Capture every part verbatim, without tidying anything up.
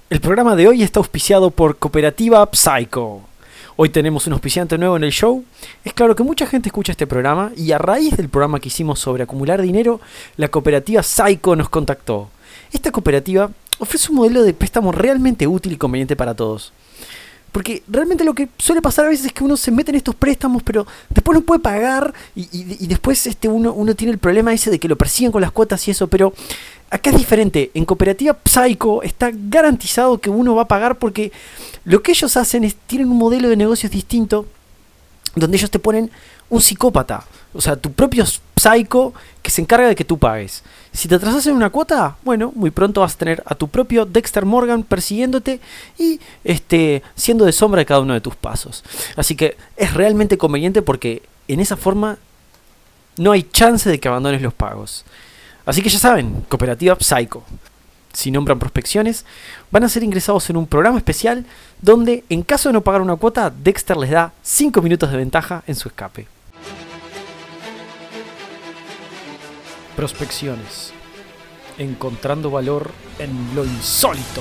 El programa de hoy está auspiciado por Cooperativa Psycho. Hoy tenemos un auspiciante nuevo en el show. Es claro que mucha gente escucha este programa y a raíz del programa que hicimos sobre acumular dinero, la Cooperativa Psycho nos contactó. Esta cooperativa ofrece un modelo de préstamo realmente útil y conveniente para todos. Porque realmente lo que suele pasar a veces es que uno se mete en estos préstamos, pero después no puede pagar y, y, y después este uno, uno tiene el problema ese de que lo persiguen con las cuotas y eso, pero acá es diferente. En Cooperativa Psycho está garantizado que uno va a pagar porque lo que ellos hacen es, tienen un modelo de negocios distinto donde ellos te ponen un psicópata, o sea, tu propio psycho que se encarga de que tú pagues. Si te atrasas en una cuota, bueno, muy pronto vas a tener a tu propio Dexter Morgan persiguiéndote y este, siendo de sombra de cada uno de tus pasos. Así que es realmente conveniente porque en esa forma no hay chance de que abandones los pagos. Así que ya saben, Cooperativa Psycho. Si nombran prospecciones, van a ser ingresados en un programa especial donde, en caso de no pagar una cuota, Dexter les da cinco minutos de ventaja en su escape. Prospecciones. Encontrando valor en lo insólito.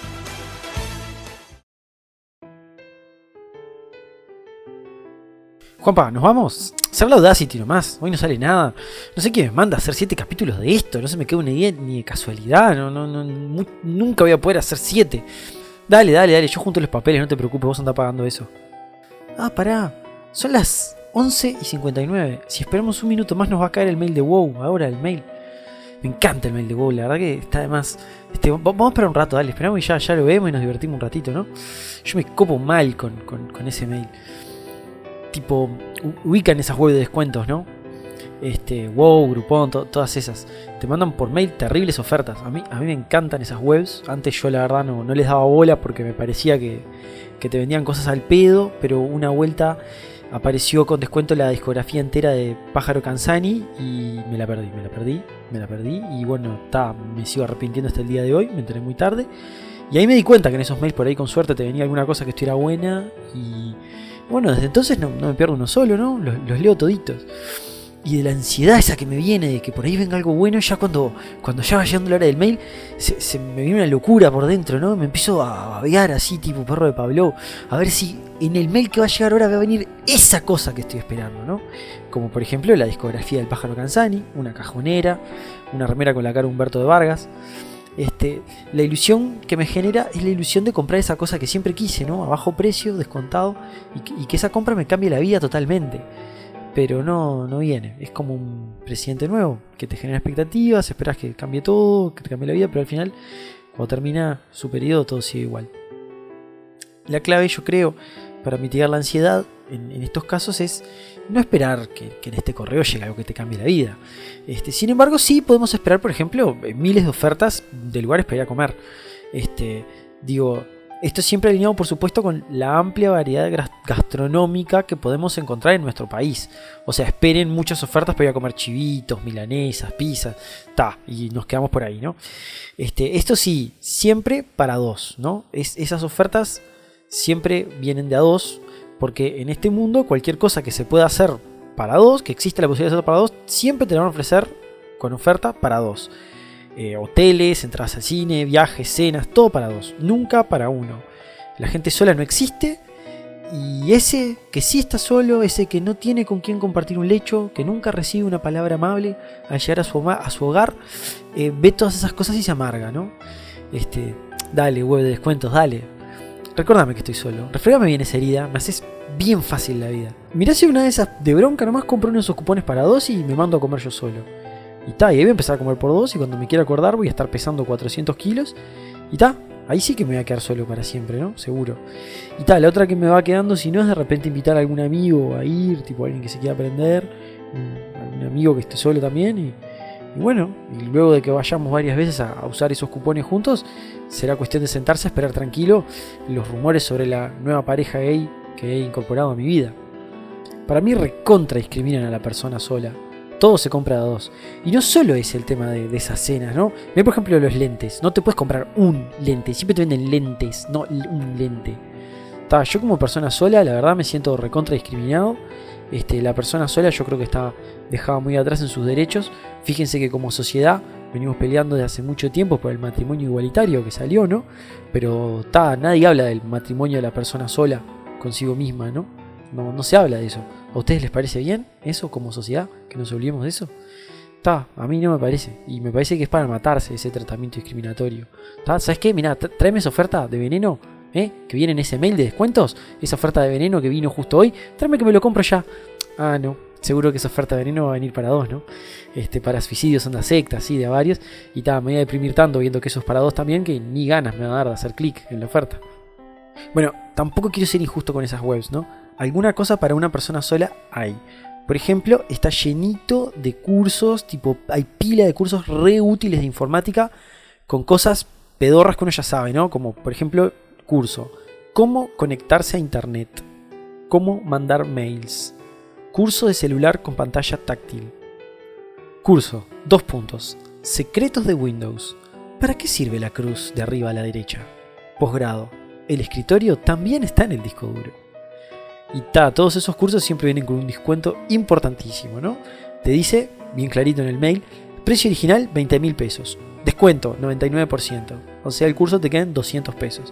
Juanpa, ¿nos vamos? Se habla Audacity nomás, hoy no sale nada. No sé quién me manda a hacer siete capítulos de esto, no se me queda una idea ni de casualidad, no, no, no, muy, nunca voy a poder hacer siete. Dale, dale, dale, yo junto los papeles, no te preocupes, vos andás pagando eso. Ah, pará, son las once y cincuenta y nueve, si esperamos un minuto más nos va a caer el mail de WoW, ahora el mail. Me encanta el mail de WoW, la verdad que está de más. Este, vamos a esperar un rato, dale, esperamos y ya, ya lo vemos y nos divertimos un ratito, ¿no? Yo me copo mal con, con, con ese mail. Tipo, ubican esas webs de descuentos, ¿no? Este, WoW, Groupon, to, todas esas. Te mandan por mail terribles ofertas. A mí, a mí me encantan esas webs. Antes yo la verdad no, no les daba bola porque me parecía que, que te vendían cosas al pedo. Pero una vuelta apareció con descuento la discografía entera de Pájaro Canzani y me la perdí, me la perdí, me la perdí. Y bueno, ta, me sigo arrepintiendo hasta el día de hoy, me enteré muy tarde. Y ahí me di cuenta que en esos mails por ahí con suerte te venía alguna cosa que estuviera buena y... Bueno, desde entonces no, no me pierdo uno solo, ¿no? Los, los leo toditos. Y de la ansiedad esa que me viene de que por ahí venga algo bueno, ya cuando, cuando ya va llegando la hora del mail, se, se me viene una locura por dentro, ¿no? Me empiezo a babear así, tipo perro de Pavlov, a ver si en el mail que va a llegar ahora va a venir esa cosa que estoy esperando, ¿no? Como por ejemplo la discografía del Pájaro Canzani, una cajonera, una remera con la cara de Humberto de Vargas. Este, la ilusión que me genera es la ilusión de comprar esa cosa que siempre quise, ¿no? A bajo precio, descontado, y que, y que esa compra me cambie la vida totalmente. Pero no, no viene. Es como un presidente nuevo que te genera expectativas, esperas que cambie todo, que te cambie la vida, pero al final, cuando termina su periodo, todo sigue igual. La clave, yo creo, para mitigar la ansiedad en, en estos casos es no esperar que, que en este correo llegue algo que te cambie la vida. Este, sin embargo, sí podemos esperar, por ejemplo, miles de ofertas de lugares para ir a comer. Este, digo, esto siempre alineado, por supuesto, con la amplia variedad gastronómica que podemos encontrar en nuestro país. O sea, esperen muchas ofertas para ir a comer chivitos, milanesas, pizzas, ta, y nos quedamos por ahí, ¿no? Este, esto sí, siempre para dos, ¿no? Es, esas ofertas siempre vienen de a dos. Porque en este mundo cualquier cosa que se pueda hacer para dos, que existe la posibilidad de hacerlo para dos, siempre te la van a ofrecer con oferta para dos. Eh, hoteles, entradas al cine, viajes, cenas, todo para dos, nunca para uno. La gente sola no existe y ese que sí está solo, ese que no tiene con quién compartir un lecho, que nunca recibe una palabra amable al llegar a su, a su hogar, eh, ve todas esas cosas y se amarga, ¿no? Este, dale, web de descuentos, dale. Recordame que estoy solo, refregame bien esa herida, me haces bien fácil la vida. Mirá si una de esas de bronca nomás compro uno de esos cupones para dos y me mando a comer yo solo. Y ta, y ahí voy a empezar a comer por dos y cuando me quiera acordar voy a estar pesando cuatrocientos kilos. Y ta, ahí sí que me voy a quedar solo para siempre, ¿no? Seguro. Y ta, la otra que me va quedando si no es de repente invitar a algún amigo a ir, tipo alguien que se quiera aprender, un, algún amigo que esté solo también y... Y bueno, y luego de que vayamos varias veces a, a usar esos cupones juntos, será cuestión de sentarse a esperar tranquilo los rumores sobre la nueva pareja gay que he incorporado a mi vida. Para mí recontra discriminan a la persona sola. Todo se compra a dos. Y no solo es el tema de, de esas cenas, ¿no? Mirá por ejemplo los lentes. No te puedes comprar un lente. Siempre te venden lentes, no un lente. Ta, yo como persona sola, la verdad me siento recontra discriminado. Este, la persona sola yo creo que está dejada muy atrás en sus derechos. Fíjense que como sociedad venimos peleando desde hace mucho tiempo por el matrimonio igualitario que salió, ¿no? Pero ta, nadie habla del matrimonio de la persona sola consigo misma, ¿no? No, no se habla de eso. ¿A ustedes les parece bien eso como sociedad? ¿Que nos olvidemos de eso? Ta, a mí no me parece. Y me parece que es para matarse ese tratamiento discriminatorio. Ta, ¿sabes qué? Mirá, tráeme esa oferta de veneno, ¿eh? Que viene en ese mail de descuentos. Esa oferta de veneno que vino justo hoy. Tráeme que me lo compro ya. Ah, no. Seguro que esa oferta de veneno va a venir para dos, ¿no? Este, para suicidios, onda secta, así, de a varios. Y ta, me voy a deprimir tanto viendo que eso es para dos también, que ni ganas me va a dar de hacer clic en la oferta. Bueno, tampoco quiero ser injusto con esas webs, ¿no? Alguna cosa para una persona sola hay. Por ejemplo, está llenito de cursos, tipo, hay pila de cursos re útiles de informática con cosas pedorras que uno ya sabe, ¿no? Como, por ejemplo, curso, cómo conectarse a internet, cómo mandar mails, curso de celular con pantalla táctil, curso, dos puntos, secretos de Windows, ¿para qué sirve la cruz de arriba a la derecha? Posgrado, el escritorio también está en el disco duro. Y ta, todos esos cursos siempre vienen con un descuento importantísimo, ¿no? Te dice, bien clarito en el mail, precio original veinte mil pesos, descuento noventa y nueve por ciento, o sea el curso te quedan doscientos pesos.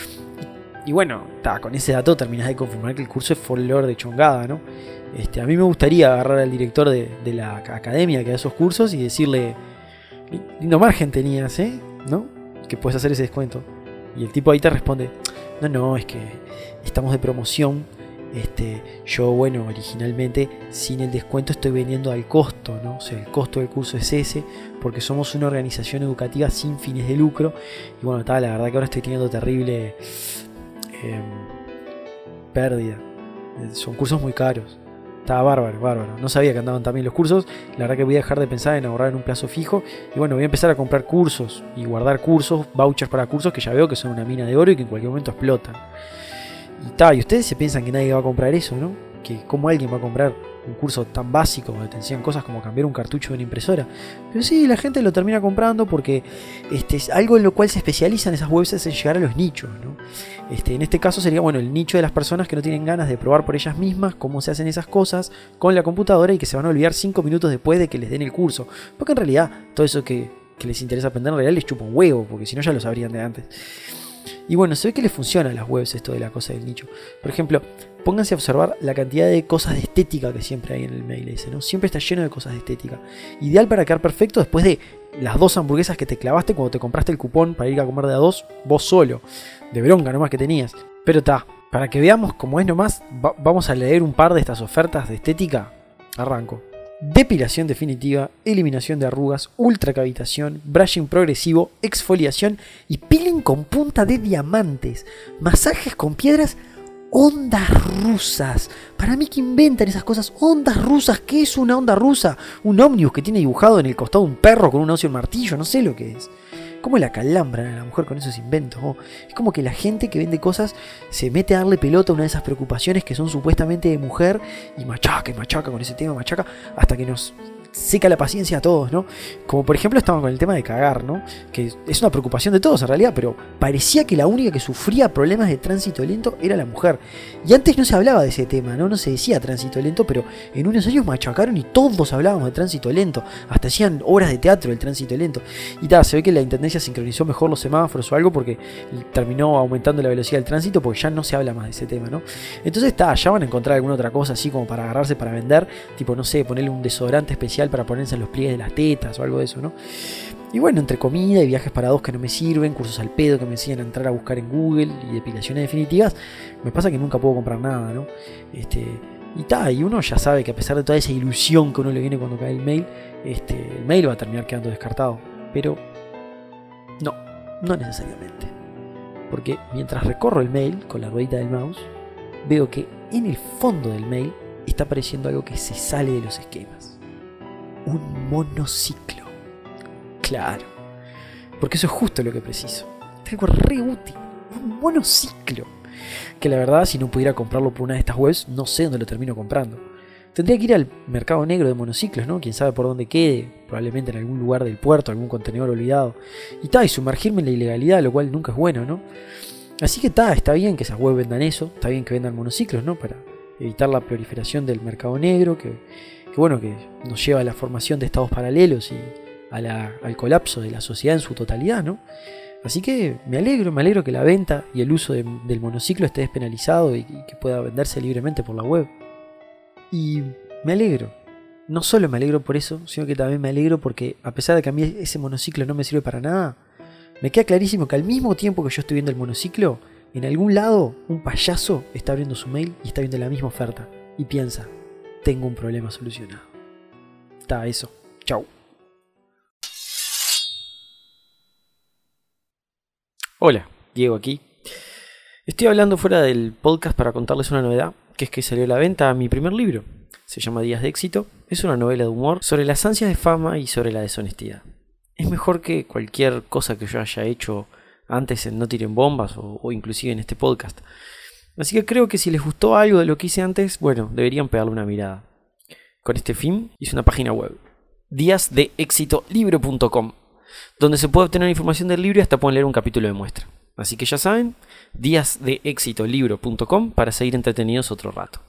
Y bueno, ta, con ese dato terminás de confirmar que el curso es folklore de chongada, ¿no? Este, a mí me gustaría agarrar al director de, de la academia que da esos cursos y decirle, lindo margen tenías, ¿eh? ¿No? Que puedes hacer ese descuento. Y el tipo ahí te responde, no, no, es que estamos de promoción. Este, yo, bueno, originalmente sin el descuento estoy vendiendo al costo, ¿no? O sea, el costo del curso es ese, porque somos una organización educativa sin fines de lucro. Y bueno, ta, la verdad que ahora estoy teniendo terrible eh, pérdida. Son cursos muy caros. Estaba bárbaro, bárbaro. No sabía que andaban también los cursos. La verdad que voy a dejar de pensar en ahorrar en un plazo fijo. Y bueno, voy a empezar a comprar cursos y guardar cursos, vouchers para cursos que ya veo que son una mina de oro y que en cualquier momento explotan. Y ta, y ustedes se piensan que nadie va a comprar eso, ¿no? Que cómo alguien va a comprar un curso tan básico donde te enseñan cosas como cambiar un cartucho de una impresora. Pero sí, la gente lo termina comprando porque este, es algo en lo cual se especializan esas webs es en llegar a los nichos, ¿no? Este, en este caso sería, bueno, el nicho de las personas que no tienen ganas de probar por ellas mismas cómo se hacen esas cosas con la computadora y que se van a olvidar cinco minutos después de que les den el curso. Porque en realidad todo eso que, que les interesa aprender en realidad les chupa un huevo, porque si no ya lo sabrían de antes. Y bueno, se ve que les funciona a las webs esto de la cosa del nicho. Por ejemplo, pónganse a observar la cantidad de cosas de estética que siempre hay en el mail ese, ¿no? Siempre está lleno de cosas de estética. Ideal para quedar perfecto después de las dos hamburguesas que te clavaste cuando te compraste el cupón para ir a comer de a dos, vos solo. De bronca nomás que tenías. Pero ta, para que veamos cómo es nomás, va- vamos a leer un par de estas ofertas de estética. Arranco. Depilación definitiva, eliminación de arrugas, ultracavitación, brushing progresivo, exfoliación y peeling con punta de diamantes, masajes con piedras, ondas rusas. Para mí que inventan esas cosas, ondas rusas. ¿Qué es una onda rusa? Un ómnibus que tiene dibujado en el costado un perro con un hoz y un martillo, no sé lo que es. ¿Cómo la calambran a la mujer con esos inventos? Oh, es como que la gente que vende cosas se mete a darle pelota a una de esas preocupaciones que son supuestamente de mujer y machaca y machaca con ese tema, machaca, hasta que nos seca la paciencia a todos, ¿no? Como por ejemplo estaban con el tema de cagar, ¿no? Que es una preocupación de todos en realidad, pero parecía que la única que sufría problemas de tránsito lento era la mujer. Y antes no se hablaba de ese tema, ¿no? No se decía tránsito lento, pero en unos años machacaron y todos hablábamos de tránsito lento. Hasta hacían obras de teatro del tránsito lento. Y tal, se ve que la intendencia sincronizó mejor los semáforos o algo porque terminó aumentando la velocidad del tránsito porque ya no se habla más de ese tema, ¿no? Entonces está, ya van a encontrar alguna otra cosa así como para agarrarse para vender, tipo, no sé, ponerle un desodorante especial para ponerse en los pliegues de las tetas o algo de eso, ¿no? Y bueno, entre comida y viajes para dos que no me sirven, cursos al pedo que me enseñan a entrar a buscar en Google y depilaciones definitivas, me pasa que nunca puedo comprar nada, ¿no? Este, y ta, y uno ya sabe que a pesar de toda esa ilusión que uno le viene cuando cae el mail, este, el mail va a terminar quedando descartado. Pero no, no necesariamente. Porque mientras recorro el mail con la ruedita del mouse, veo que en el fondo del mail está apareciendo algo que se sale de los esquemas. Un monociclo. Claro. Porque eso es justo lo que preciso. Es algo re útil. Un monociclo. Que la verdad, si no pudiera comprarlo por una de estas webs, no sé dónde lo termino comprando. Tendría que ir al mercado negro de monociclos, ¿no? Quién sabe por dónde quede. Probablemente en algún lugar del puerto, algún contenedor olvidado. Y ta, y sumergirme en la ilegalidad, lo cual nunca es bueno, ¿no? Así que ta, está bien que esas webs vendan eso. Está bien que vendan monociclos, ¿no? Para evitar la proliferación del mercado negro, que... que bueno, que nos lleva a la formación de estados paralelos y a la, al colapso de la sociedad en su totalidad, ¿no? Así que me alegro, me alegro que la venta y el uso de, del monociclo esté despenalizado y, y que pueda venderse libremente por la web. Y me alegro. No solo me alegro por eso, sino que también me alegro porque a pesar de que a mí ese monociclo no me sirve para nada, me queda clarísimo que al mismo tiempo que yo estoy viendo el monociclo, en algún lado un payaso está abriendo su mail y está viendo la misma oferta. Y piensa, tengo un problema solucionado. Está eso. Chau. Hola, Diego aquí. Estoy hablando fuera del podcast para contarles una novedad, que es que salió a la venta mi primer libro. Se llama Días de Éxito. Es una novela de humor sobre las ansias de fama y sobre la deshonestidad. Es mejor que cualquier cosa que yo haya hecho antes en No Tiren Bombas o, o inclusive en este podcast. Así que creo que si les gustó algo de lo que hice antes, bueno, deberían pegarle una mirada. Con este fin hice una página web, días de éxito libro punto com, donde se puede obtener información del libro y hasta pueden leer un capítulo de muestra. Así que ya saben, días de éxito libro punto com para seguir entretenidos otro rato.